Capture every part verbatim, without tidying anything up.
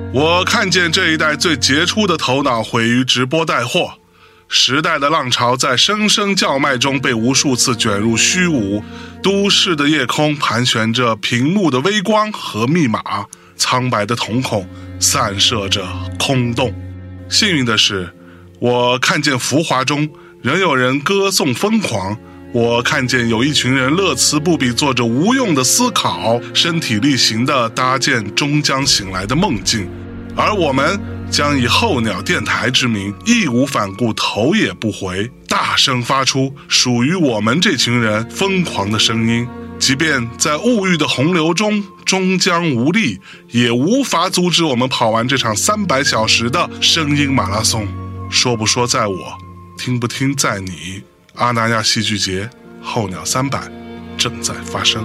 我看见这一代最杰出的头脑毁于直播带货，时代的浪潮在声声叫卖中被无数次卷入虚无，都市的夜空盘旋着屏幕的微光和密码，苍白的瞳孔散射着空洞。幸运的是，我看见浮华中仍有人歌颂疯狂，我看见有一群人乐此不彼做着无用的思考，身体力行地搭建终将醒来的梦境，而我们将以候鸟电台之名义无反顾，头也不回，大声发出属于我们这群人疯狂的声音，即便在物欲的洪流中终将无力，也无法阻止我们跑完这场三百小时的声音马拉松。说不说在我，听不听在你。阿那亚戏剧节候鸟三百正在发生。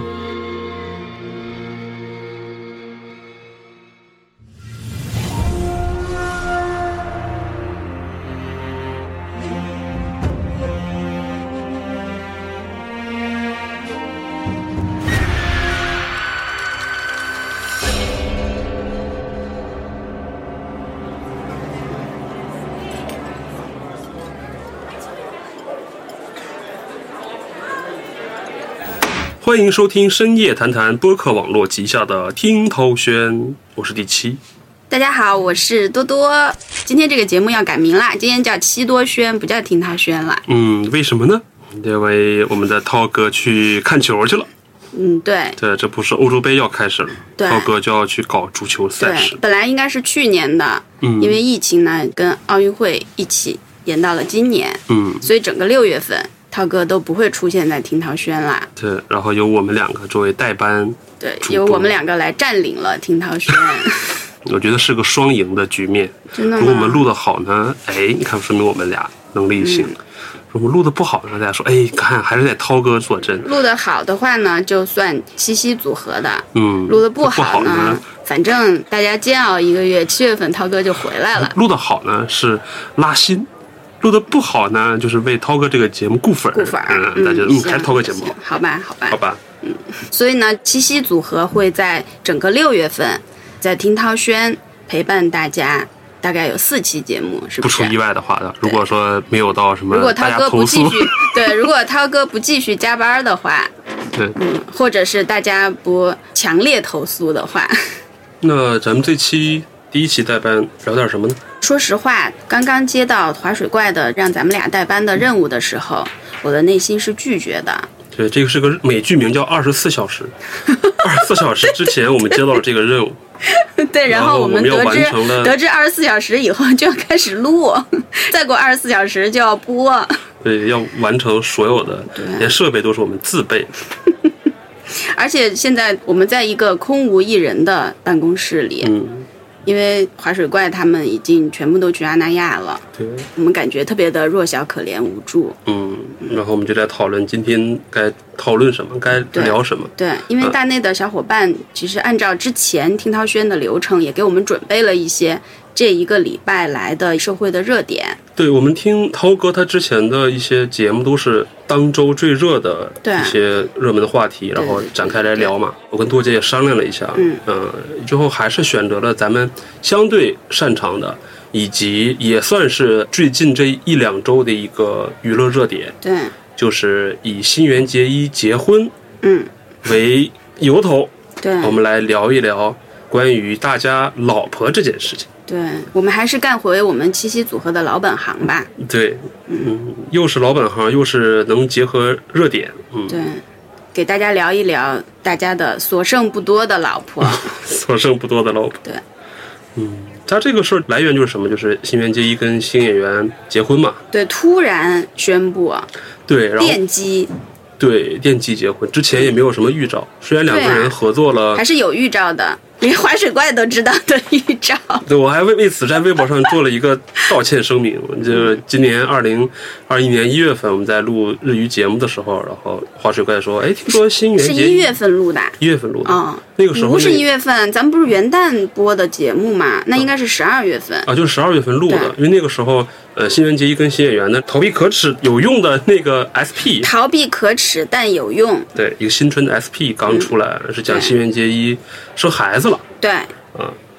欢迎收听深夜谈谈播客网络旗下的听涛轩，我是第七。 大家好，我是多多。今天这个节目要改名啦，今天叫七多轩，不叫听涛轩了。 嗯，为什么呢？因为我们的涛哥去看球去了。 嗯，对。 对，这不是欧洲杯要开始了，涛哥就要去搞足球赛事。 本来应该是去年的，嗯，因为疫情呢，跟奥运会一起延到了今年。嗯，所以整个六月份。涛哥都不会出现在听涛轩啦， 对，然后由我们两个作为代班， 对，由我们两个来占领了听涛轩。 我觉得是个双赢的局面。 真的吗？ 如果我们录得好呢，哎，你看，说明我们俩能力行。嗯、如果录得不好呢，大家说，哎，看还是得涛哥坐镇。 录得好的话呢，就算七夕组合的， 嗯， 录得不好 呢, 不好呢， 反正大家煎熬一个月，七月份涛哥就回来了。 录得好呢是拉新。录得不好呢，就是为涛哥这个节目固粉， 固粉， 嗯，大家嗯，还是涛哥节目好， 好吧，好吧， 好吧， 嗯，所以呢，七夕组合会在整个六月份，在听涛轩陪伴大家，大概有四期节目，是不是？ 不出意外的话的，如果说没有到什么， 如果涛哥不继续，对，如果涛哥不继续加班的话， 对， 嗯，或者是大家不强烈投诉的话， 那咱们这期第一期代班聊点什么呢？ 说实话，刚刚接到滑水怪的让咱们俩代班的任务的时候，我的内心是拒绝的。 对，这个是个美剧名叫《二十四小时》。二十四小时之前，我们接到了这个任务。 对，然后我们得知得知二十四小时以后就要开始录，再过二十四小时就要播。 对，要完成所有的，连设备都是我们自备的。 而且现在我们在一个空无一人的办公室里。嗯。因为滑水怪他们已经全部都去阿那亚了， 对， 我们感觉特别的弱小、可怜、无助。 嗯，然后我们就在讨论今天该讨论什么，该聊什么。 对，对，因为大内的小伙伴其实按照之前听涛轩的流程，也给我们准备了一些这一个礼拜来的社会的热点。 对，我们听涛哥他之前的一些节目都是当周最热的一些热门的话题，然后展开来聊嘛。我跟多姐也商量了一下，嗯、呃，最后还是选择了咱们相对擅长的，以及也算是最近这一两周的一个娱乐热点。 对， 就是以新垣结衣结婚， 嗯， 为由头， 对， 我们来聊一聊关于大家老婆这件事情。 对，我们还是干回我们七夕组合的老本行吧。 对，嗯，又是老本行，又是能结合热点，嗯， 对，给大家聊一聊大家的所剩不多的老婆， 所剩不多的老婆。 对， 嗯，他这个事儿来源就是什么？就是新垣结衣跟新演员结婚嘛。 对，突然宣布， 对，然后电击。 对，电击结婚之前也没有什么预兆，虽然两个人合作了， 啊、还是有预兆的。连滑水怪都知道的预兆。 对，我还为为此在微博上做了一个道歉声明。就今年二零二一年一月份，我们在录日语节目的时候，然后滑水怪说：“哎，听说新垣结衣是一月份录的， 一月份录的。 哦， 那个时候不是一月份，咱们不是元旦播的节目嘛？那应该是十二月份啊，就是十二月份录的，因为那个时候。”呃，新垣结衣跟新演员的逃避可耻有用的那个 S P， 逃避可耻但有用。 对，一个新春的 S P 刚出来，嗯、是讲新垣结衣生孩子了。 对， 啊，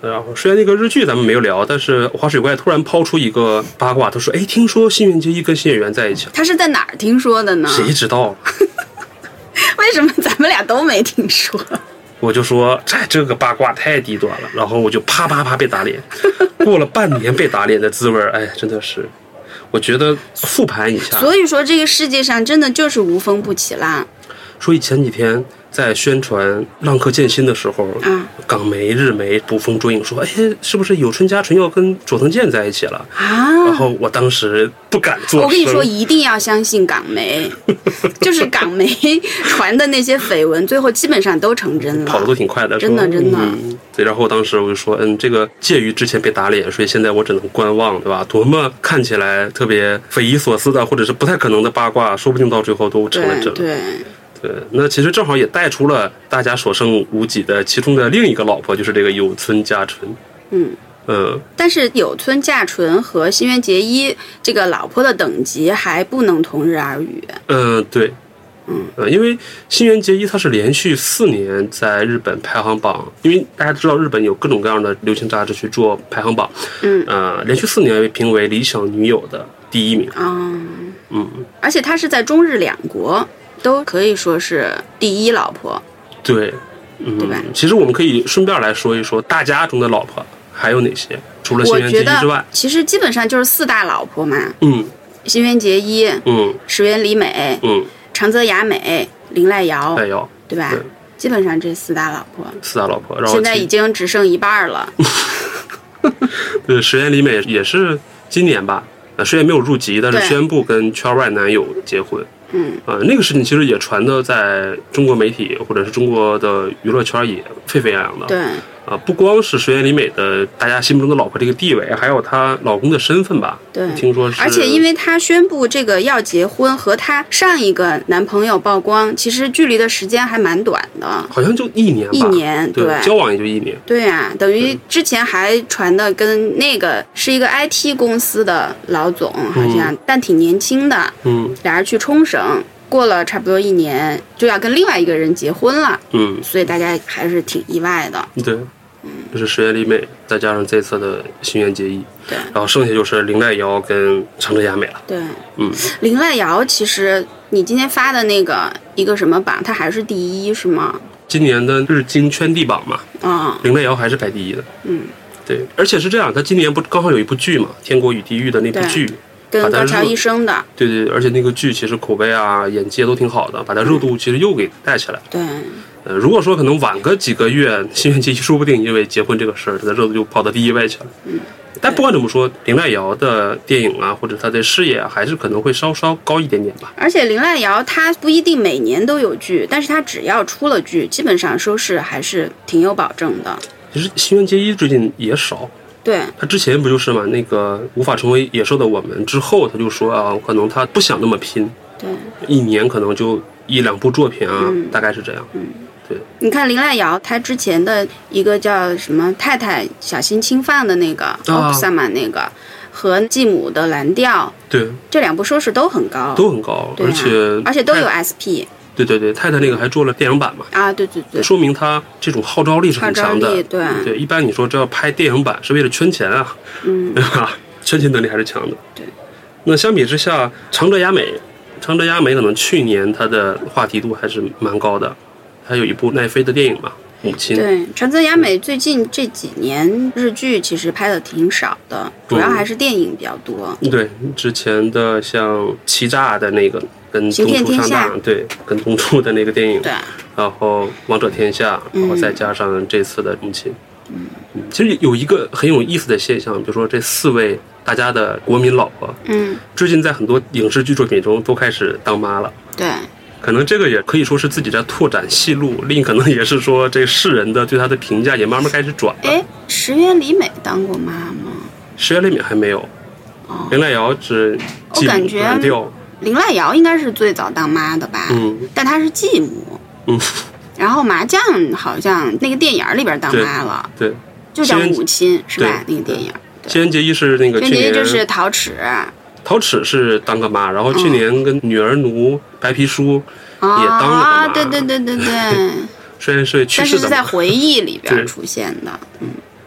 然后虽然那个日剧咱们没有聊，但是滑水怪突然抛出一个八卦，他说：“哎，听说新垣结衣跟新演员在一起了。” 他是在哪儿听说的呢？ 谁知道？ 为什么咱们俩都没听说？ 我就说，哎，这个八卦太低端了，然后我就啪啪啪被打脸。过了半年被打脸的滋味，哎，真的是，我觉得复盘一下。 所以说，这个世界上真的就是无风不起浪。 所以前几天在宣传《浪客剑心》的时候， 啊， 港媒、日媒捕风捉影说，哎，是不是有村架纯要跟佐藤健在一起了啊？ 然后我当时不敢作声。 我跟你说，一定要相信港媒，就是港媒传的那些绯闻，最后基本上都成真了， 跑得都挺快的， 真的真的。 嗯，对。然后当时我就说，嗯，这个介于之前被打脸，所以现在我只能观望，对吧？多么看起来特别匪夷所思的，或者是不太可能的八卦，说不定到最后都成了真。 对。对对，那其实正好也带出了大家所剩无几的其中的另一个老婆，就是这个有村架纯。嗯嗯， 但是有村架纯和新垣结衣这个老婆的等级还不能同日而语。 嗯，对。 嗯， 呃，因为新垣结衣她是连续四年在日本排行榜，因为大家知道日本有各种各样的流行杂志去做排行榜。 嗯， 呃，连续四年被评为理想女友的第一名。 嗯嗯， 而且她是在中日两国都可以说是第一老婆， 对，嗯， 对吧？ 其实我们可以顺便来说一说大家中的老婆还有哪些，除了新垣结衣之外， 其实基本上就是四大老婆嘛。 嗯， 新垣结衣， 嗯， 石原里美， 嗯， 长泽雅美，林濑遥， 濑遥， 对吧？ 对， 基本上这四大老婆， 四大老婆，然后现在已经只剩一半了。 对，石原里美也是今年吧，呃，虽然没有入籍，但是宣布跟圈外男友结婚。 嗯， 啊、呃，那个事情其实也传的在中国媒体或者是中国的娱乐圈也沸沸扬扬的。 对， 啊、呃，不光是石原里美的大家心目中的老婆这个地位，还有她老公的身份吧。 对， 听说是。 而且因为她宣布这个要结婚，和她上一个男朋友曝光，其实距离的时间还蛮短的， 好像就一年吧。 一年， 对， 对， 交往也就一年。 对啊，等于之前还传的跟那个是一个 I T 公司的老总，好像、嗯、但挺年轻的。 嗯， 俩人去冲绳。过了差不多一年，就要跟另外一个人结婚了， 嗯， 所以大家还是挺意外的。 对，嗯，就是石原里美，再加上这次的新垣结衣， 对， 然后剩下就是林濑遥跟长泽雅美了。 对， 嗯， 林濑遥其实你今天发的那个一个什么榜，它还是第一是吗？ 今年的日经圈地榜嘛， 啊、 嗯，林濑遥还是排第一的。 嗯， 对，而且是这样，他今年不刚好有一部剧嘛，《天国与地狱》的那部剧。 跟高桥医生的， 对对，而且那个剧其实口碑啊、演技都挺好的，把它热度其实又给带起来。 对， 呃，如果说可能晚个几个月，新垣结衣说不定因为结婚这个事儿，他的热度就跑到第一位去了。 嗯， 但不管怎么说，林濑遥的电影啊，或者他的事业啊，还是可能会稍稍高一点点吧。 而且林濑遥他不一定每年都有剧，但是他只要出了剧，基本上收视还是挺有保证的。 其实新垣结衣最近也少。 对， 他之前不就是嘛，那个无法成为野兽的我们之后，他就说啊，可能他不想那么拼， 对， 一年可能就一两部作品啊， 嗯、 大概是这样。 嗯， 对。 你看林濑遥，他之前的一个叫什么太太小心侵犯的那个奥克萨玛那个，和继母的蓝调， 对， 这两部收视都很高， 都很高， 啊、 而且而且都有 S P。 对对对，太太那个还做了电影版嘛？ 啊，对对对， 说明他这种号召力是很强的。 对对，一般你说这要拍电影版是为了圈钱啊， 嗯， 对吧？圈钱能力还是强的。 对。 那相比之下，长泽雅美，长泽雅美可能去年她的话题度还是蛮高的，还有一部奈飞的电影嘛，《母亲》。 对，长泽雅美最近这几年日剧其实拍的挺少的，主要还是电影比较多。 嗯、对，之前的像欺诈的那个。跟东出上当，对，跟东出的那个电影， 对， 然后王者天下，然后再加上这次的母亲，嗯，其实有一个很有意思的现象，比如说这四位大家的国民老婆， 嗯， 最近在很多影视剧作品中都开始当妈了， 对， 可能这个也可以说是自己在拓展戏路，另可能也是说这世人的对她的评价也慢慢开始转了。 哎，石原里美当过妈吗？ 石原里美还没有， 哦， 林濑遥只继母蓝调。 林濑遥应该是最早当妈的吧， 嗯， 但她是继母， 嗯， 然后麻将好像那个电影里边当妈了， 对，对就叫母亲是吧？那个电影， 新垣结衣是那个去年， 新垣结衣就是陶齿， 陶齿是当个妈，然后去年跟女儿奴白皮书也当了个妈， 啊，对对对对对， 虽然是去世的， 但是是在回忆里边出现的，嗯。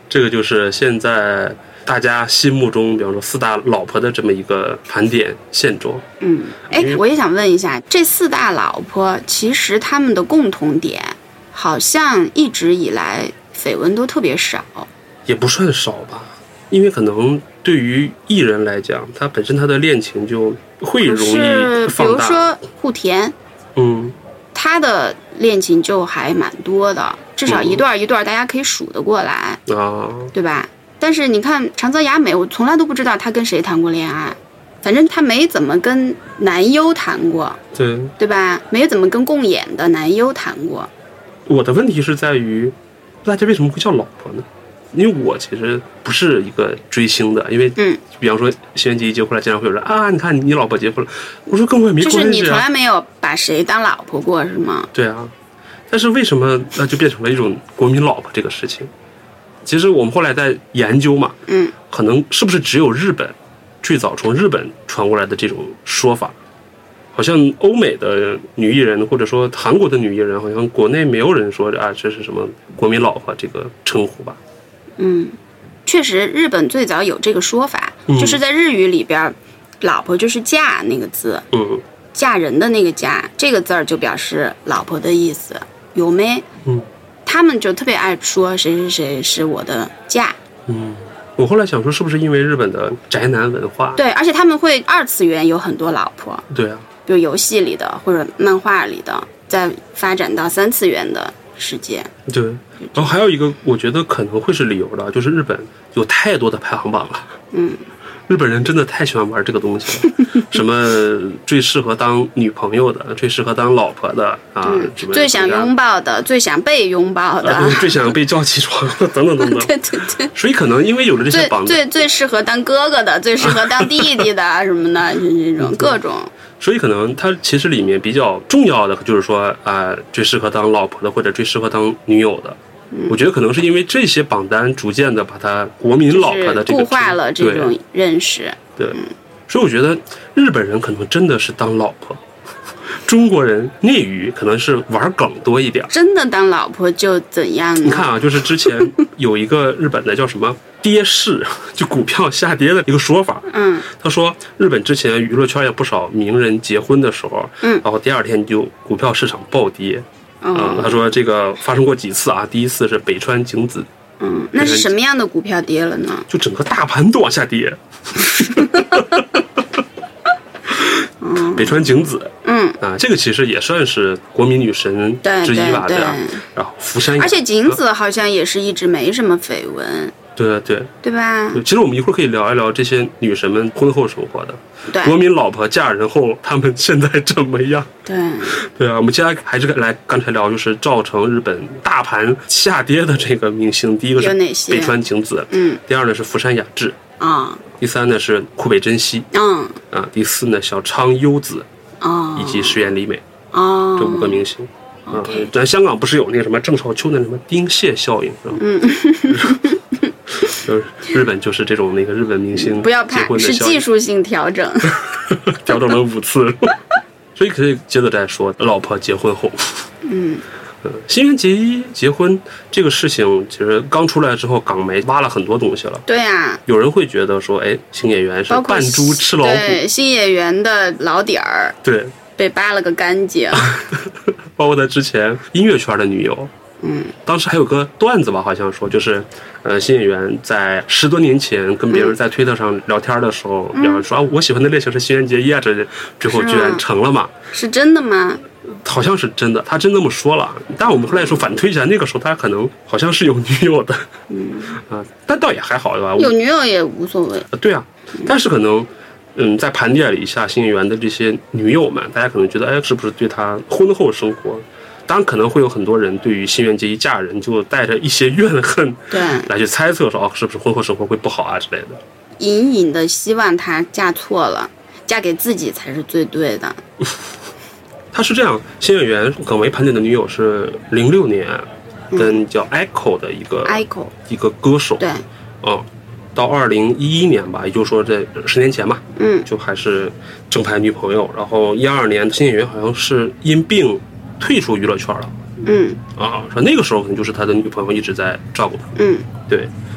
这个就是现在大家心目中，比方说四大老婆的这么一个盘点现状。 嗯，哎，我也想问一下，这四大老婆其实他们的共同点，好像一直以来绯闻都特别少。 也不算少吧，因为可能对于艺人来讲，他本身他的恋情就会容易放大。 比如说户田， 嗯， 他的恋情就还蛮多的，至少一段一段大家可以数得过来、 嗯、啊， 对吧？但是你看长泽雅美，我从来都不知道她跟谁谈过恋爱，反正她没怎么跟男优谈过， 对对吧？没怎么跟共演的男优谈过。 我的问题是在于，大家为什么会叫老婆呢？因为我其实不是一个追星的，因为嗯，比方说新垣结衣结婚了，经常会有人啊，你看你老婆结婚了，我说跟我也没关系、啊。 就是你从来没有把谁当老婆过是吗？ 对啊，但是为什么那就变成了一种国民老婆这个事情？其实我们后来在研究嘛， 嗯， 可能是不是只有日本最早从日本传过来的这种说法？好像欧美的女艺人或者说韩国的女艺人，好像国内没有人说啊这是什么国民老婆这个称呼吧？ 嗯，确实，日本最早有这个说法， 嗯、 就是在日语里边，老婆就是嫁那个字， 嗯， 嫁人的那个嫁这个字儿就表示老婆的意思，有没？ 嗯， 他们就特别爱说谁谁谁是我的嫁。 嗯，我后来想说，是不是因为日本的宅男文化？ 对，而且他们会二次元有很多老婆。 对啊， 比如游戏里的或者漫画里的，再发展到三次元的世界。 对，然后还有一个我觉得可能会是理由的，就是日本有太多的排行榜了。 嗯， 日本人真的太喜欢玩这个东西了，什么最适合当女朋友的，最适合当老婆的啊， 嗯、最想拥抱的，最想被拥抱的， 啊、最想被叫起床的，等等等等。 对对对。 所以可能因为有了这些榜， 最最最适合当哥哥的，最适合当弟弟的什么的，就这种各种。 所以可能它其实里面比较重要的就是说啊、呃，最适合当老婆的或者最适合当女友的。 嗯、 我觉得可能是因为这些榜单逐渐的把它国民老婆的这个固化了这种认识。 对，嗯、所以我觉得日本人可能真的是当老婆，中国人内娱可能是玩梗多一点。 真的当老婆就怎样呢？ 你看啊，就是之前有一个日本的叫什么跌势，就股票下跌的一个说法。 嗯， 他说日本之前娱乐圈有不少名人结婚的时候， 嗯， 然后第二天就股票市场暴跌。 啊、 嗯，他说这个发生过几次啊？第一次是北川景子。 嗯，那是什么样的股票跌了呢？ 就整个大盘都往下跌。 嗯、 北川景子， 嗯啊，这个其实也算是国民女神之一吧， 对对对。 然后福山雅治， 而且景子好像也是一直没什么绯闻。 对对对吧？ 其实我们一会儿可以聊一聊这些女神们婚后生活的， 对， 国民老婆嫁人后，她们现在怎么样？ 对， 对啊，我们接下来还是来刚才聊，就是造成日本大盘下跌的这个明星，第一个是北川景子， 嗯， 第二呢是福山雅治啊， 第三呢是库北真希， 嗯， 啊，第四呢小仓优子， 哦， 以及石原里美， 哦， 这五个明星。 啊， 咱香港不是有那个什么郑少秋的什么丁蟹效应是吧？ 嗯。 就是日本就是这种那个日本明星不要怕，是技术性调整， 调整了五次，所以可以接着再说老婆结婚后， 嗯， 呃，新垣结衣结婚这个事情，其实刚出来之后，港媒挖了很多东西了。 对啊， 有人会觉得说，哎，新演员是扮猪吃老虎， 对，新演员的老底儿， 对， 被扒了个干净。 包括他之前音乐圈的女友。 嗯， 当时还有个段子吧，好像说就是，呃，新演员在十多年前跟别人在推特上聊天的时候， 嗯、 比方说、啊、我喜欢的类型是新垣结衣啊，这最后居然成了嘛？ 是真的吗？ 好像是真的，他真这么说了。但我们后来说反推一下，那个时候他可能好像是有女友的， 嗯啊，但倒也还好对吧？ 有女友也无所谓。 对啊，但是可能。嗯，在盘点了一下新演员的这些女友们，大家可能觉得，哎，是不是对她婚后生活？当然，可能会有很多人对于新垣结衣嫁人就带着一些怨恨， 对， 来去猜测说，哦，是不是婚后生活会不好啊之类的。 隐隐的希望她嫁错了，嫁给自己才是最对的。 他是这样，新演员耿为盘点的女友是零六年跟叫 Echo 的一个 Echo、 嗯、一个歌手， 对， 嗯。到二零一一年吧，也就是说这十年前吧， 嗯， 就还是正牌女朋友。然后一二年新演员好像是因病退出娱乐圈了， 嗯， 啊，说那个时候可能就是他的女朋友一直在照顾他， 嗯， 对，直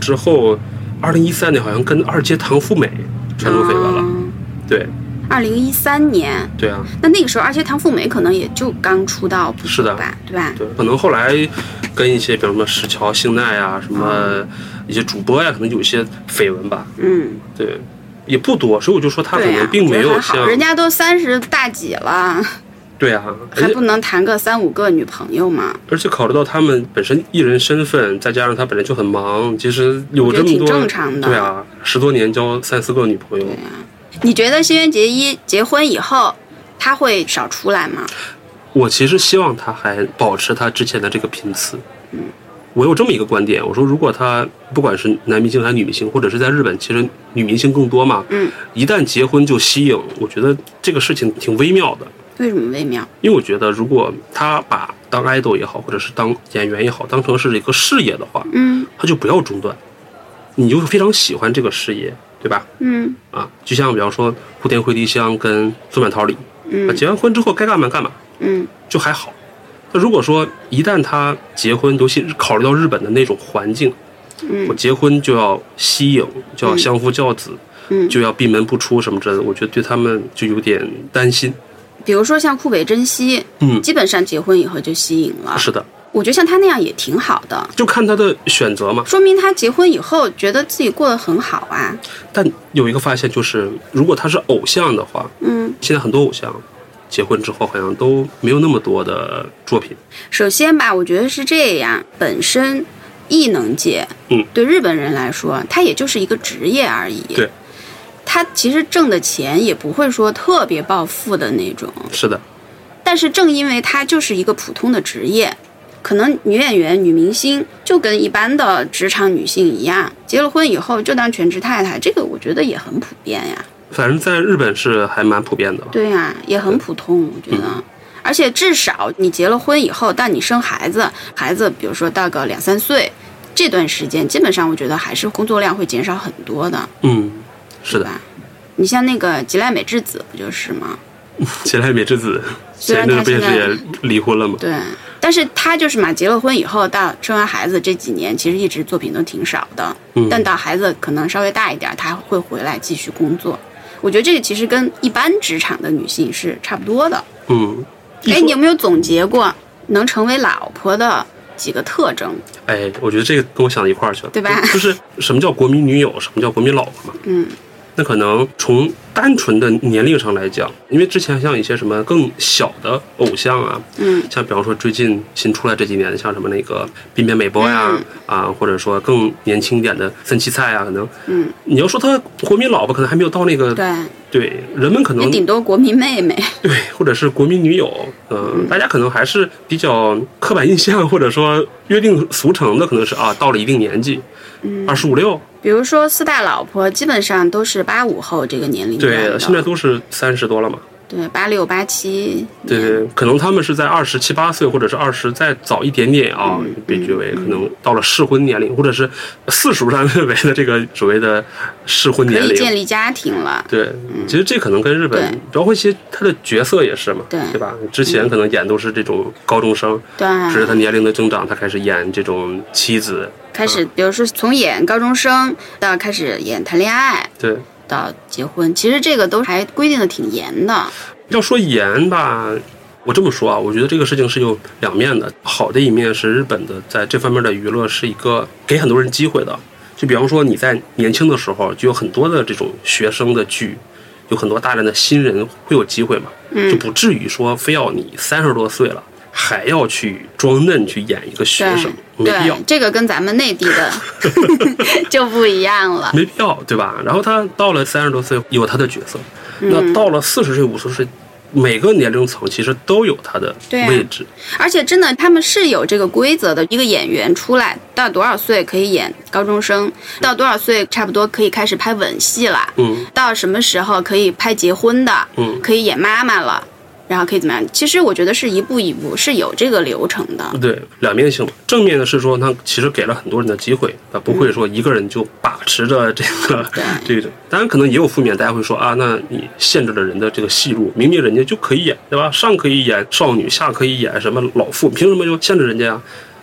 之后，二零一三年好像跟二阶堂富美传出绯闻了，嗯、对。 二零一三年， 对啊， 那那个时候，而且唐富美可能也就刚出道不久吧，对吧？ 对，可能后来跟一些比如说石桥幸奈啊，什么一些主播呀、啊，可能有一些绯闻吧。 嗯， 对，也不多，所以我就说他可能并没有像、 啊、人家都三十大几了。 对啊， 还不能谈个三五个女朋友吗？ 而且考虑到他们本身艺人身份，再加上他本来就很忙，其实有这么多， 挺正常的。 对啊，十多年交三四个女朋友。 对啊，你觉得新垣结衣结婚以后，他会少出来吗？ 我其实希望他还保持他之前的这个频次。 嗯， 我有这么一个观点，我说如果他不管是男明星还是女明星，或者是在日本，其实女明星更多嘛。 嗯， 一旦结婚就息影，我觉得这个事情挺微妙的。 为什么微妙？ 因为我觉得，如果他把当 idol 也好，或者是当演员也好，当成是一个事业的话， 嗯， 他就不要中断，你就非常喜欢这个事业，对吧？ 嗯， 啊，就像比方说户田惠梨香跟松坂桃李， 嗯， 结完婚之后该干嘛干嘛， 嗯， 就还好。那如果说一旦他结婚，尤其考虑到日本的那种环境， 嗯， 我结婚就要息影，就要相夫教子， 嗯， 就要闭门不出什么之类的，我觉得对他们就有点担心。 比如说像库北真希， 嗯， 基本上结婚以后就息影了。 是的， 我觉得像他那样也挺好的， 就看他的选择嘛。 说明他结婚以后觉得自己过得很好啊。 但有一个发现就是，如果他是偶像的话， 嗯， 现在很多偶像结婚之后好像都没有那么多的作品。 首先吧，我觉得是这样，本身艺能界， 嗯， 对日本人来说，它也就是一个职业而已。 对。 他其实挣的钱也不会说特别暴富的那种， 是的。 但是正因为他就是一个普通的职业，可能女演员、女明星就跟一般的职场女性一样，结了婚以后就当全职太太，这个我觉得也很普遍呀。 反正在日本是还蛮普遍的。 对呀、啊，也很普通，我觉得。嗯，而且至少你结了婚以后，到你生孩子，孩子比如说到个两三岁，这段时间基本上我觉得还是工作量会减少很多的。 嗯。是的， 你像那个吉濑美智子不就是吗？ 吉濑美智子前阵不是也离婚了吗？ 对，但是她就是嘛，结了婚以后到生完孩子这几年，其实一直作品都挺少的。 嗯， 但到孩子可能稍微大一点，她会回来继续工作。我觉得这个其实跟一般职场的女性是差不多的。 嗯， 哎，你有没有总结过能成为老婆的几个特征？ 哎，我觉得这个跟我想到一块儿去了， 对吧？ 就是什么叫国民女友，什么叫国民老婆嘛。 嗯。 那可能从单纯的年龄上来讲，因为之前像一些什么更小的偶像啊， 嗯， 像比方说最近新出来这几年，像什么那个滨边美波呀， 嗯、 啊，或者说更年轻点的森七菜啊，可能， 嗯， 你要说他国民老婆，可能还没有到那个， 对， 对，人们可能也顶多国民妹妹， 对，或者是国民女友，呃、嗯，大家可能还是比较刻板印象，或者说约定俗成的，可能是啊，到了一定年纪， 嗯， 二十五六。 比如说四大老婆基本上都是八五后这个年龄段的， 对，现在都是三十多了嘛。 对，八六八七。 对对，可能他们是在二十七八岁，或者是二十再早一点点啊， 嗯、 被觉为可能到了适婚年龄，嗯、或者是世俗上认为的这个所谓的适婚年龄， 可以建立家庭了。 对，嗯、其实这可能跟日本，包括一些他的角色也是嘛， 对对吧？之前可能演都是这种高中生， 对， 随着他年龄的增长，他开始演这种妻子。 开始，比如说从演高中生到开始演谈恋爱， 对， 到结婚，其实这个都还规定的挺严的。 要说严吧，我这么说啊，我觉得这个事情是有两面的。好的一面是日本的在这方面的娱乐是一个给很多人机会的。就比方说你在年轻的时候就有很多的这种学生的剧，有很多大量的新人会有机会嘛， 嗯， 就不至于说非要你三十多岁了。还要去装嫩去演一个学生，没必要。 这个跟咱们内地的就不一样了， 没必要，对吧？然后他到了三十多岁有他的角色， 嗯、 那到了四十岁、五十岁，每个年龄层其实都有他的位置。 啊、而且真的，他们是有这个规则的。一个演员出来到多少岁可以演高中生，到多少岁差不多可以开始拍吻戏了， 嗯， 到什么时候可以拍结婚的， 嗯， 可以演妈妈了。然后可以怎么样？其实我觉得是一步一步是有这个流程的。 对，两面性。正面的是说，他其实给了很多人的机会，啊，不会说一个人就把持着这个、 嗯、 这个。当然，可能也有负面，大家会说啊，那你限制了人的这个戏路，明明人家就可以演，对吧？上可以演少女，下可以演什么老妇，凭什么就限制人家呀？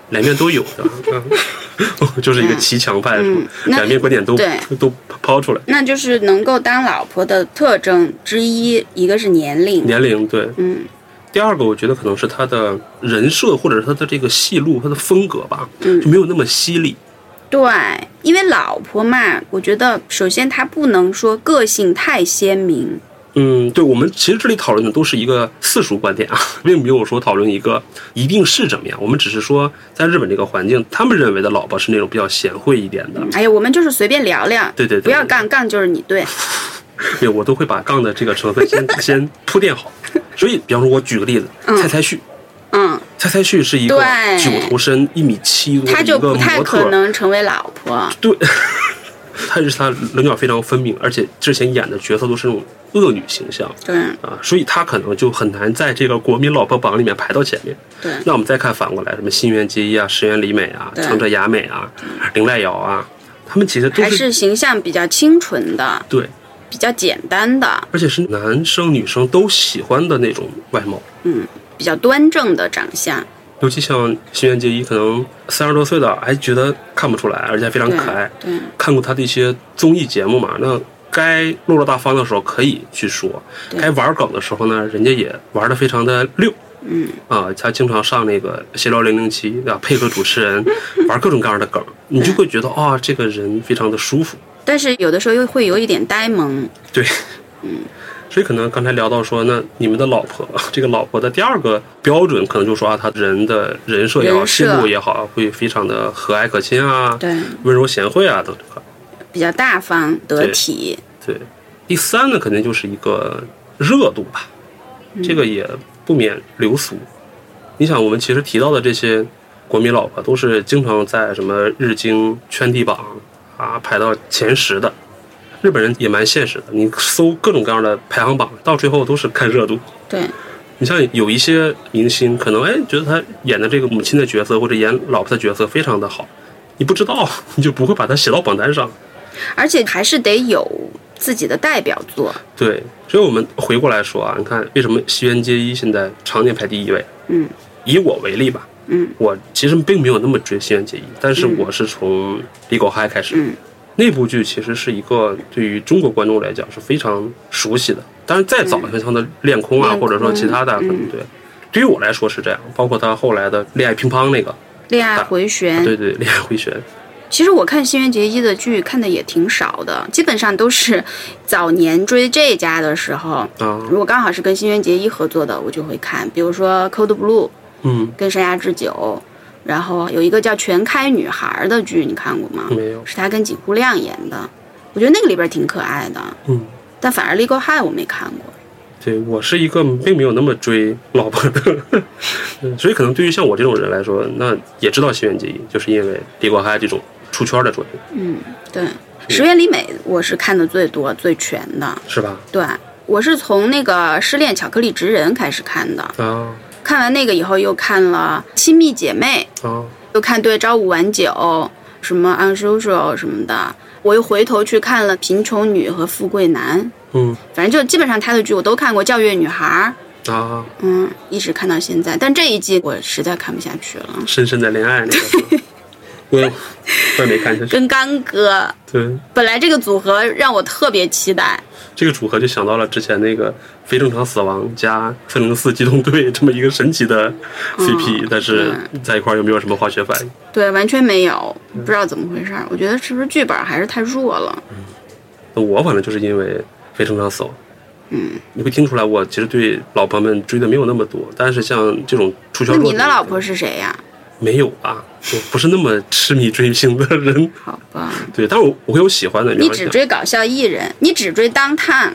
两面都有的，嗯、就是一个骑墙派，嗯、两面观点都都抛出来。 那就是能够当老婆的特征之一，一个是年龄， 年龄对， 嗯。 第二个，我觉得可能是他的人设，或者是他的这个戏路，他的风格吧， 嗯， 就没有那么犀利。 对，因为老婆嘛，我觉得首先她不能说个性太鲜明。 嗯，对，我们其实这里讨论的都是一个世俗观点啊，并没有说讨论一个一定是怎么样。我们只是说，在日本这个环境，他们认为的老婆是那种比较贤惠一点的。 哎呀，我们就是随便聊聊， 对对对， 不要杠，杠就是你对。 对，我都会把杠的这个成分先先铺垫好。所以，比方说，我举个例子， 嗯、 蔡蔡旭， 嗯， 蔡蔡旭是一个九头身、一米七多的一个模特， 他就不太可能成为老婆。 对。他是他棱角非常分明，而且之前演的角色都是那种恶女形象， 对啊，所以他可能就很难在这个国民老婆榜里面排到前面。 对， 那我们再看反过来，什么新垣结衣啊、石原里美啊、长泽雅美啊、林濑遥啊，他们其实都是还是形象比较清纯的， 对， 比较简单的， 而且是男生女生都喜欢的那种外貌， 嗯，比较端正的长相。 尤其像新垣结衣，可能三十多岁的还觉得看不出来，而且非常可爱。 对，对看过他的一些综艺节目嘛，那该落落大方的时候可以去说，该玩梗的时候呢，人家也玩得非常的溜。 嗯啊，他经常上那个《闲聊零零七》，对吧？配合主持人玩各种各样的梗，你就会觉得啊、哦，这个人非常的舒服。 但是有的时候又会有一点呆萌。 对， 嗯。 所以可能刚才聊到说，那你们的老婆，这个老婆的第二个标准，可能就是说啊，她人的人设也好，戏路也好，会非常的和蔼可亲啊， 对， 温柔贤惠啊等等， 比较大方得体。 对，对第三呢，肯定就是一个热度吧，这个也不免流俗。嗯、你想，我们其实提到的这些国民老婆，都是经常在什么日经圈地榜啊排到前十的。日本人也蛮现实的，你搜各种各样的排行榜，到最后都是看热度。 对， 你像有一些明星，可能哎觉得他演的这个母亲的角色或者演老婆的角色非常的好，你不知道，你就不会把它写到榜单上。 而且还是得有自己的代表作。 对，所以我们回过来说啊，你看为什么西园结衣现在常年排第一位？ 嗯， 以我为例吧， 嗯， 我其实并没有那么追西园结衣，但是我是从《李狗嗨》开始。 嗯。 那部剧其实是一个对于中国观众来讲是非常熟悉的，当然再早像他的《恋空》啊，或者说其他的，可能对，对于我来说是这样。包括他后来的《恋爱乒乓》那个《 恋爱回旋》， 对对，《恋爱回旋》。 其实我看新垣结衣的剧看的也挺少的，基本上都是早年追这家的时候， 啊， 如果刚好是跟新垣结衣合作的，我就会看，比如说《Code Blue》， 嗯， 跟山下智久。然后有一个叫《全开女孩》的剧，你看过吗？ 没有， 是他跟井户亮演的，我觉得那个里边挺可爱的。 嗯， 但反而《Legal High》我没看过。 对，我是一个并没有那么追老婆的，所以可能对于像我这种人来说，那也知道新垣结衣，就是因为《Legal High》这种出圈的作品。 嗯，对，石原里美我是看的最多最全的， 是吧？ 对，我是从那个《失恋巧克力职人》开始看的啊。 看完那个以后，又看了《亲密姐妹》， 哦， 又看对朝五晚九，什么 unusual 什么的，我又回头去看了《贫穷女》和《富贵男》， 嗯， 反正就基本上他的剧我都看过，《教育女孩》 啊， 嗯，一直看到现在，但这一季我实在看不下去了。 深深在恋爱那个，我我也没看下去。 跟刚哥， 对， 本来这个组合让我特别期待。 这个组合就想到了之前那个非正常死亡加四零四机动队这么一个神奇的 C P，、嗯、但是在一块儿又没有什么化学反应。 对，完全没有，不知道怎么回事。我觉得是不是剧本还是太弱了？ 嗯，我反正就是因为非正常死亡。 嗯， 你会听出来，我其实对老婆们追的没有那么多，但是像这种出圈。 那你的老婆是谁呀？ 没有啊，我不是那么痴迷追星的人。 好吧。 对，但是我我会有喜欢的。 你只追搞笑艺人，你只追当探。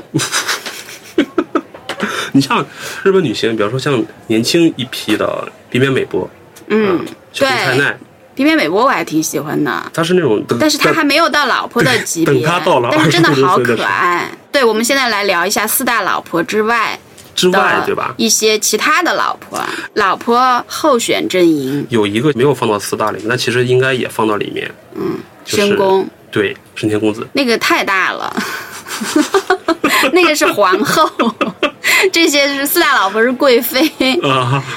你像日本女星，比方说像年轻一批的滨边美波， 嗯， 啊、小松菜奈。 滨边美波我还挺喜欢的， 她是那种， 但是她还没有到老婆的级别， 等她到了， 但是真的好可爱。对，我们现在来聊一下四大老婆之外。 之外，对吧？ 一些其他的老婆，老婆候选阵营有一个没有放到四大里面，但其实应该也放到里面。 嗯， 就是、 深宫， 对，神田公子那个太大了，那个是皇后，这些是四大老婆是贵妃啊。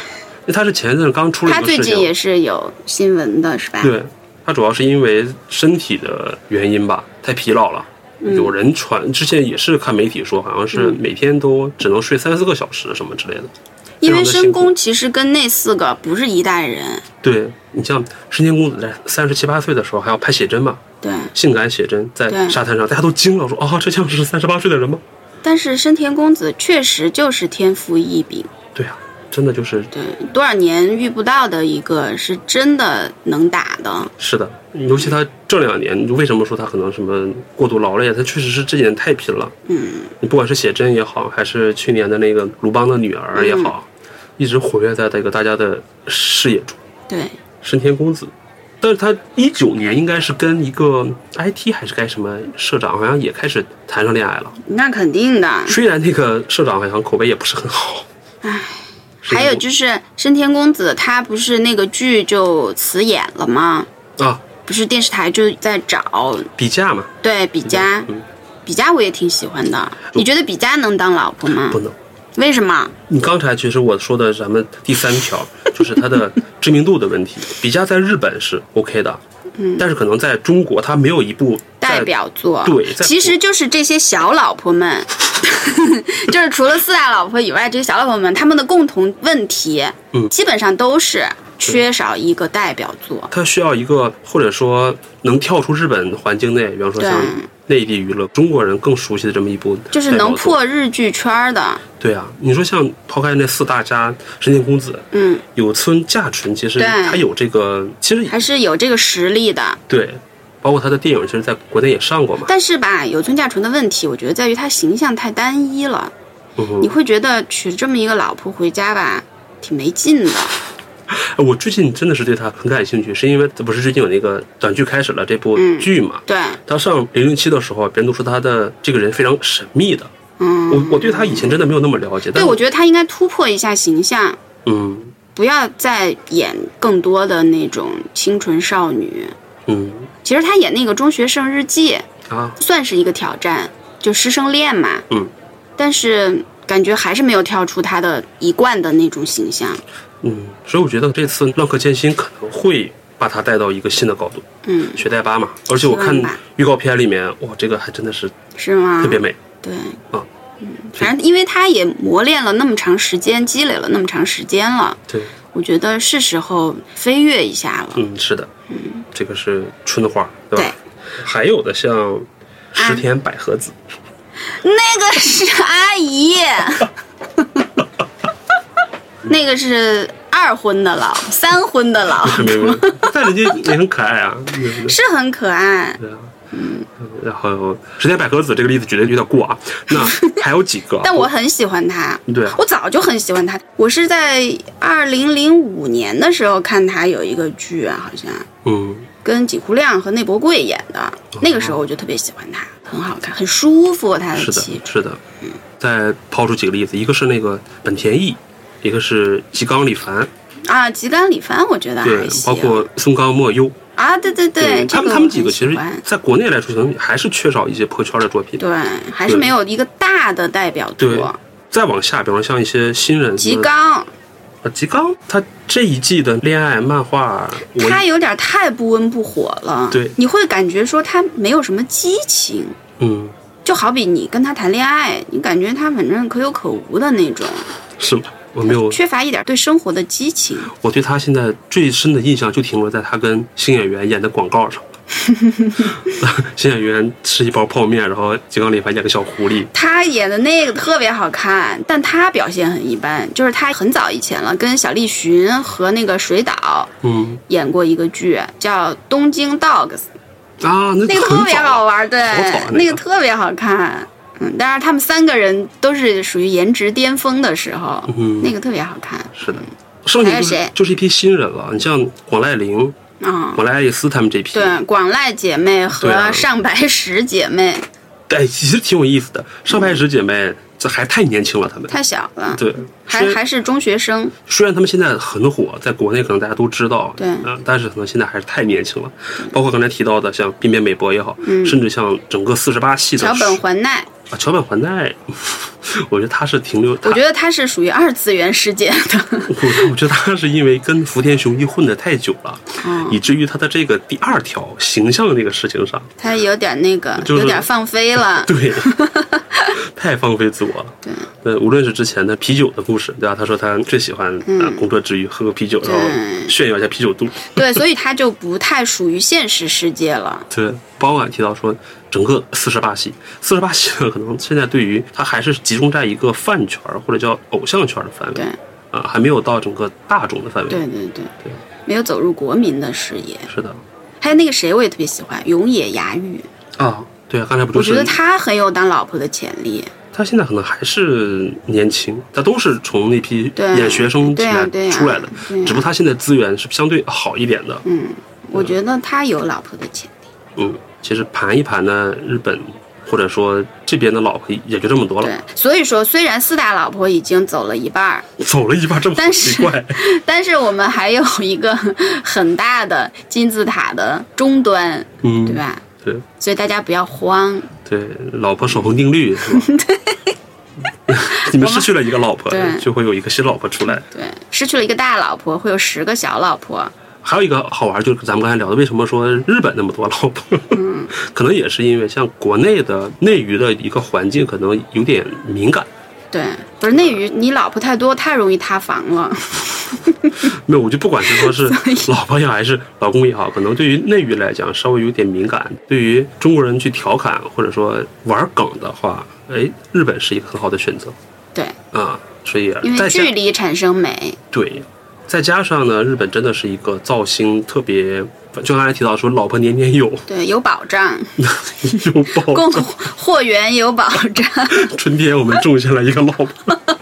因为他是前一阵刚出了一个事情， 他最近也是有新闻的是吧？ 对，他主要是因为身体的原因吧，太疲劳了。嗯、有人传之前也是看媒体说，好像是每天都只能睡三四个小时什么之类的。 因为申公其实跟那四个不是一代人。 对，你像申天公子在三十七八岁的时候还要拍写真嘛， 对， 性感写真在沙滩上，大家都惊了，说啊、哦，这像是三十八岁的人吗？ 但是申田公子确实就是天赋异禀。 对啊，真的就是对，多少年遇不到的一个是真的能打的。 是的，尤其他这两年，为什么说他可能什么过度劳累？他确实是这几年太拼了。 嗯， 你不管是写真也好，还是去年的那个鲁邦的女儿也好。嗯，一直活跃在这个大家的视野中。 对， 申田公子，但是他一九年应该是跟一个 I T 还是该什么社长，好像也开始谈上恋爱了。 那肯定的。 虽然那个社长好像口碑也不是很好。 唉，还有就是申田公子，他不是那个剧就辞演了吗？ 啊， 不是电视台就在找比嘉嘛？ 对，比嘉，嗯，比嘉我也挺喜欢的。你觉得比嘉能当老婆吗？ 不能。 为什么？ 你刚才其实我说的咱们第三条就是他的知名度的问题。比嘉在日本是 OK 的，嗯，但是可能在中国他没有一部代表作。 对， 其实就是这些小老婆们，就是除了四大老婆以外，这些小老婆们他们的共同问题，嗯，基本上都是缺少一个代表作。他需要一个，或者说能跳出日本环境内，比方说像内地娱乐中国人更熟悉的这么一部， 就是能破日剧圈的。 对啊，你说像抛开那四大家，申田公子，嗯，有村架纯，其实他有这个，其实还是有这个实力的。 对，包括他的电影，其实在国内也上过嘛。 但是吧，有村架纯的问题，我觉得在于他形象太单一了。嗯，你会觉得娶这么一个老婆回家吧，挺没劲的。 我最近真的是对他很感兴趣，是因为这不是最近有那个短剧开始了这部剧嘛？ 嗯、对。 他上零零七的时候，别人都说他的这个人非常神秘的。嗯。我我对他以前真的没有那么了解。 对，我觉得他应该突破一下形象。嗯。不要再演更多的那种清纯少女。嗯。其实他演那个《中学生日记》啊，算是一个挑战，就师生恋嘛。嗯。但是感觉还是没有跳出他的一贯的那种形象。 嗯，所以我觉得这次《浪客剑心》可能会把它带到一个新的高度。嗯，雪代巴嘛，而且我看预告片里面，哇，这个还真的是是吗？ 特别美。 对，啊，嗯，反正因为他也磨练了那么长时间，积累了那么长时间了。 对， 我觉得是时候飞跃一下了。 嗯，是的，嗯，这个是春花，对吧？对，还有的像石田百合子， 啊、那个是阿姨。那个是二婚的老，三婚的老， 但人家也很可爱啊， 是很可爱。 对啊，嗯，然后石田百合子这个例子举得有点过啊，那还有几个， 但我很喜欢他， 对， 我早就很喜欢他。我是在二零零五年的时候看他有一个剧啊，好像，嗯，跟井户亮和内博贵演的，哦、那个时候我就特别喜欢他，很好看，很舒服，他的气质， 是的，嗯。再抛出几个例子，一个是那个本田翼。一个是吉冈里帆啊，吉冈里帆我觉得还行， 包括松冈莫优啊，对对 对, 对， 他们他们几个其实在国内来说，可能还是缺少一些破圈的作品， 对，还是没有一个大的代表作。 对，再往下，比方像一些新人， 吉冈啊，吉冈，他这一季的恋爱漫画， 他有点太不温不火了， 对， 你会感觉说他没有什么激情，嗯，就好比你跟他谈恋爱，你感觉他反正可有可无的那种， 是吗？我没有缺乏一点对生活的激情。 我对他现在最深的印象就停留在他跟新演员演的广告上。新演员吃一包泡面，然后吉冈里帆演个小狐狸。 他演的那个特别好看，但他表现很一般。就是他很早以前了，跟小栗旬和那个水岛嗯演过一个剧，叫《东京 Dogs》 啊，那那个特别好玩，对， 好早、啊那个、 那个特别好看。嗯，当然他们三个人都是属于颜值巅峰的时候，嗯，那个特别好看。 是的，剩下、就是、 谁？ 就是一批新人了。你像广濑铃啊、广濑爱丽丝他们这批， 对，广濑姐妹和上白石姐妹， 对、啊，其实挺有意思的。上白石姐妹这还太年轻了，她们太小了， 对， 还还是中学生。 虽然他们现在很火，在国内可能大家都知道， 对， 嗯，但是可能现在还是太年轻了。包括刚才提到的像滨边美波也好，嗯，甚至像整个四十八系的桥本环奈。 啊，桥本环奈，我觉得他是停留， 我觉得他是属于二次元世界的。 我我觉得他是因为跟福田雄一混得太久了， 哦、 以至于他的这个第二条形象这个事情上， 他有点那个， 就是、 有点放飞了。 对，太放飞自我了。 对， 呃，无论是之前的啤酒的故事，对吧？他说他最喜欢啊工作之余喝个啤酒，然后炫耀一下啤酒肚。 对，所以他就不太属于现实世界了。 对，包括提到说。整个四十八系，四十八系可能现在对于它还是集中在一个饭圈或者叫偶像圈的范围， 对， 啊，还没有到整个大众的范围， 对对对对，没有走入国民的视野。 是的， 还有那个谁，我也特别喜欢永野芽郁啊，对啊，刚才不就是？ 我觉得他很有当老婆的潜力。 他现在可能还是年轻，他都是从那批演学生起来出来的，只不过他现在资源是相对好一点的。 嗯，我觉得他有老婆的潜力。 嗯。其实盘一盘呢，日本或者说这边的老婆也就这么多了。 对，所以说虽然四大老婆已经走了一半， 走了一半，这么奇怪。 但是我们还有一个很大的金字塔的终端， 嗯， 对吧？ 对， 所以大家不要慌。 对，老婆守恒定律是吧？ 对。 你们失去了一个老婆， 对， 就会有一个新老婆出来。 对，失去了一个大老婆，会有十个小老婆。 还有一个好玩，就是咱们刚才聊的，为什么说日本那么多老婆？ 嗯， 可能也是因为像国内的内娱的一个环境，可能有点敏感。 对，不是内娱，你老婆太多，太容易塌房了。 没有，我就不管是说是老婆也好，还是老公也好，可能对于内娱来讲稍微有点敏感。对于中国人去调侃或者说玩梗的话，哎，日本是一个很好的选择。 对， 啊，所以因为距离产生美。 对。再加上呢，日本真的是一个造型特别，就刚才提到说，老婆年年有， 对，有保障， 有保障， 供货源有保障。 春天我们种下了一个老婆。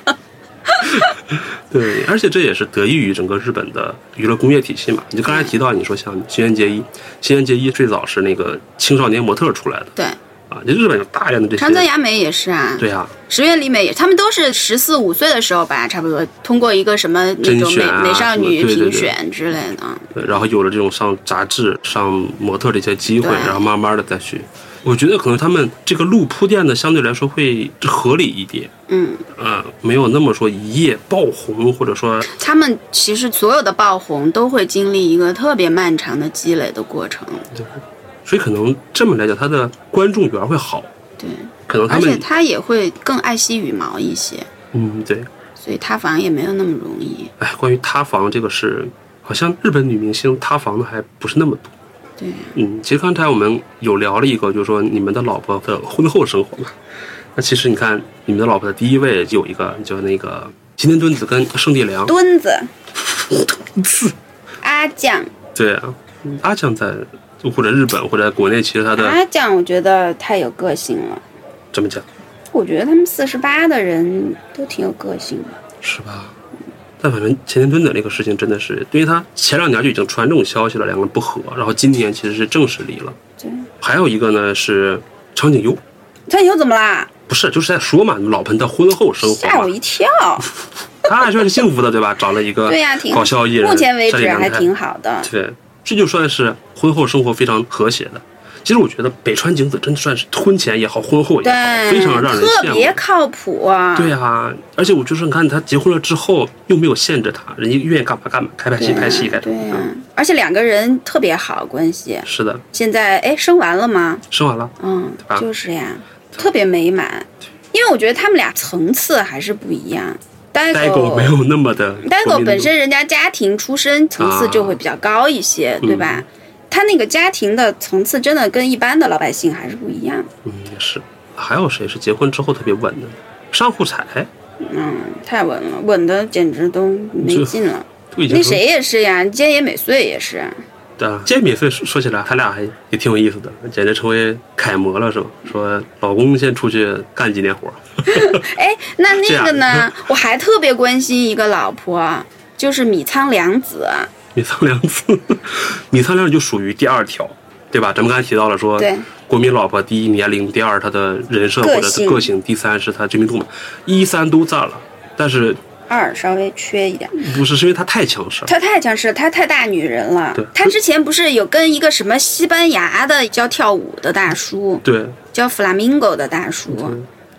对，而且这也是得益于整个日本的娱乐工业体系嘛。你就刚才提到，你说像新垣结衣，新垣结衣最早是那个青少年模特出来的， 对。 啊，就日本有大量的这些， 长泽雅美也是啊， 对啊， 石原里美也，他们都是十四五岁的时候吧，差不多通过一个什么那种美、 啊、 美少女评选之类的， 对，然后有了这种上杂志、上模特的一些机会，然后慢慢的再去，我觉得可能他们这个路铺垫的相对来说会合理一点， 嗯， 啊、呃，没有那么说一夜爆红，或者说他们其实所有的爆红都会经历一个特别漫长的积累的过程， 对，所以可能这么来讲，他的观众缘会好。 对， 可能他们， 而且他也会更爱惜羽毛一些。 嗯，对。 所以塌房也没有那么容易。 哎，关于塌房这个事，好像日本女明星塌房的还不是那么多。 对。 嗯，其实刚才我们有聊了一个，就是说你们的老婆的婚后生活嘛。那其实你看，你们的老婆的第一位就有一个，叫那个吉田敦子跟圣地良。 敦子。 敦子。 阿酱。 对啊，阿酱在。或者日本或者国内，其实他的阿酱我觉得太有个性了。 怎么讲？ 我觉得他们四十八的人都挺有个性的。 是吧？但反正前田敦子那个事情真的是，因为他前两年就已经传这种消息了，两个人不和，然后今年其实是正式离了。 对。 还有一个呢是长井优。 长井优怎么啦？ 不是，就是在说嘛，老婆的婚后生活。 吓我一跳。 他还算是幸福的，对吧？找了一个对呀，挺搞笑艺人， 目前为止还挺好的。 对。这就算是婚后生活非常和谐的。其实我觉得北川景子真的算是婚前也好，婚后也好，非常让人羡慕， 特别靠谱啊。 对啊，而且我就是看他结婚了之后，又没有限制他，人家愿意干嘛干嘛，开拍戏拍戏，该对呀、啊嗯。而且两个人特别好关系。 是的。 现在哎，生完了吗？ 生完了。 嗯，就是呀，特别美满。因为我觉得他们俩层次还是不一样。 呆狗没有那么的， 呆狗本身人家家庭出身层次就会比较高一些，啊、对吧、嗯？他那个家庭的层次真的跟一般的老百姓还是不一样。 嗯，也是。还有谁是结婚之后特别稳的？上户彩。 嗯，太稳了，稳的简直都没劲了。那谁也是呀，菅野美穗也是。 对啊，菅野美穗说起来，他俩还也挺有意思的，简直成为楷模了，是吧？说老公先出去干几年活。 哎，那那个呢？我还特别关心一个老婆，就是米仓凉子。 米仓凉子，米仓凉子就属于第二条，对吧？咱们刚才提到了说， 对， 国民老婆第一年龄，第二她的人设或者是个性，第三是她知名度嘛，一三都占了，但是二稍微缺一点。 不是，是因为她太强势了， 她太强势，她太大女人了。对，她之前不是有跟一个什么西班牙的教跳舞的大叔， 对， 教 Flamingo 的大叔。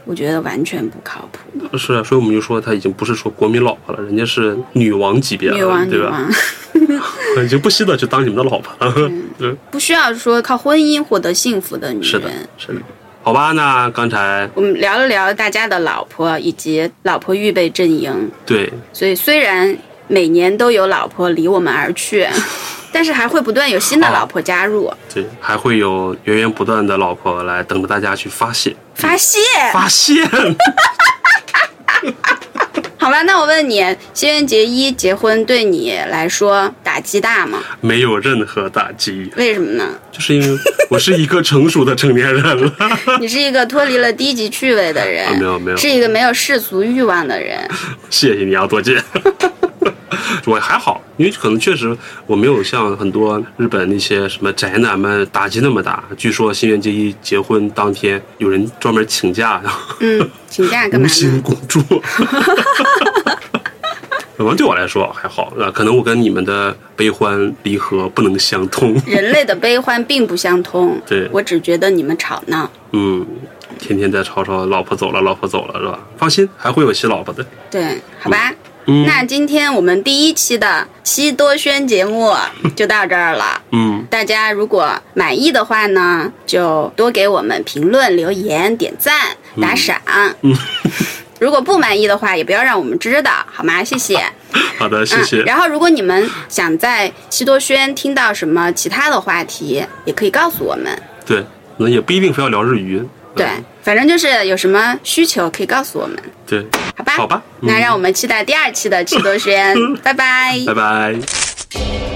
我觉得完全不靠谱。 是啊，所以我们就说她已经不是说国民老婆了，人家是女王级别了， 女王对吧？ 女王已经不惜的去当你们的老婆了。嗯， 不需要说靠婚姻获得幸福的女人。 是的，是的。好吧，那刚才我们聊了聊大家的老婆以及老婆预备阵营。 对， 所以虽然每年都有老婆离我们而去，但是还会不断有新的老婆加入。 哦、对，还会有源源不断的老婆来等着大家去发现。 发现？ 发现。 好吧，那我问你，新垣结衣结婚对你来说打击大吗？ 没有任何打击。 为什么呢？ 就是因为我是一个成熟的成年人了。 你是一个脱离了低级趣味的人。 啊、没有没有， 是一个没有世俗欲望的人。 谢谢你啊，多姐。我还好，因为可能确实我没有像很多日本那些什么宅男们打击那么大。据说新垣结衣结婚当天有人专门请假， 嗯，请假干嘛呢？ 无心工作。可能对我来说还好，可能我跟你们的悲欢离合不能相通。 人类的悲欢并不相通。 对， 我只觉得你们吵闹。 嗯，天天在吵吵老婆走了，老婆走了，是吧？放心，还会有新老婆的。 对，好吧。 嗯， 那今天我们第一期的七多轩节目就到这儿了。 嗯， 大家如果满意的话呢，就多给我们评论、留言、点赞、打赏。 嗯， 如果不满意的话，也不要让我们知道，好吗？谢谢。 好的，谢谢。 嗯、然后，如果你们想在七多轩听到什么其他的话题，也可以告诉我们。 对，那也不一定非要聊日语。 对，反正就是有什么需求可以告诉我们。 对， 好吧， 好吧， 嗯、那让我们期待第二期的七多轩。拜拜， 拜拜。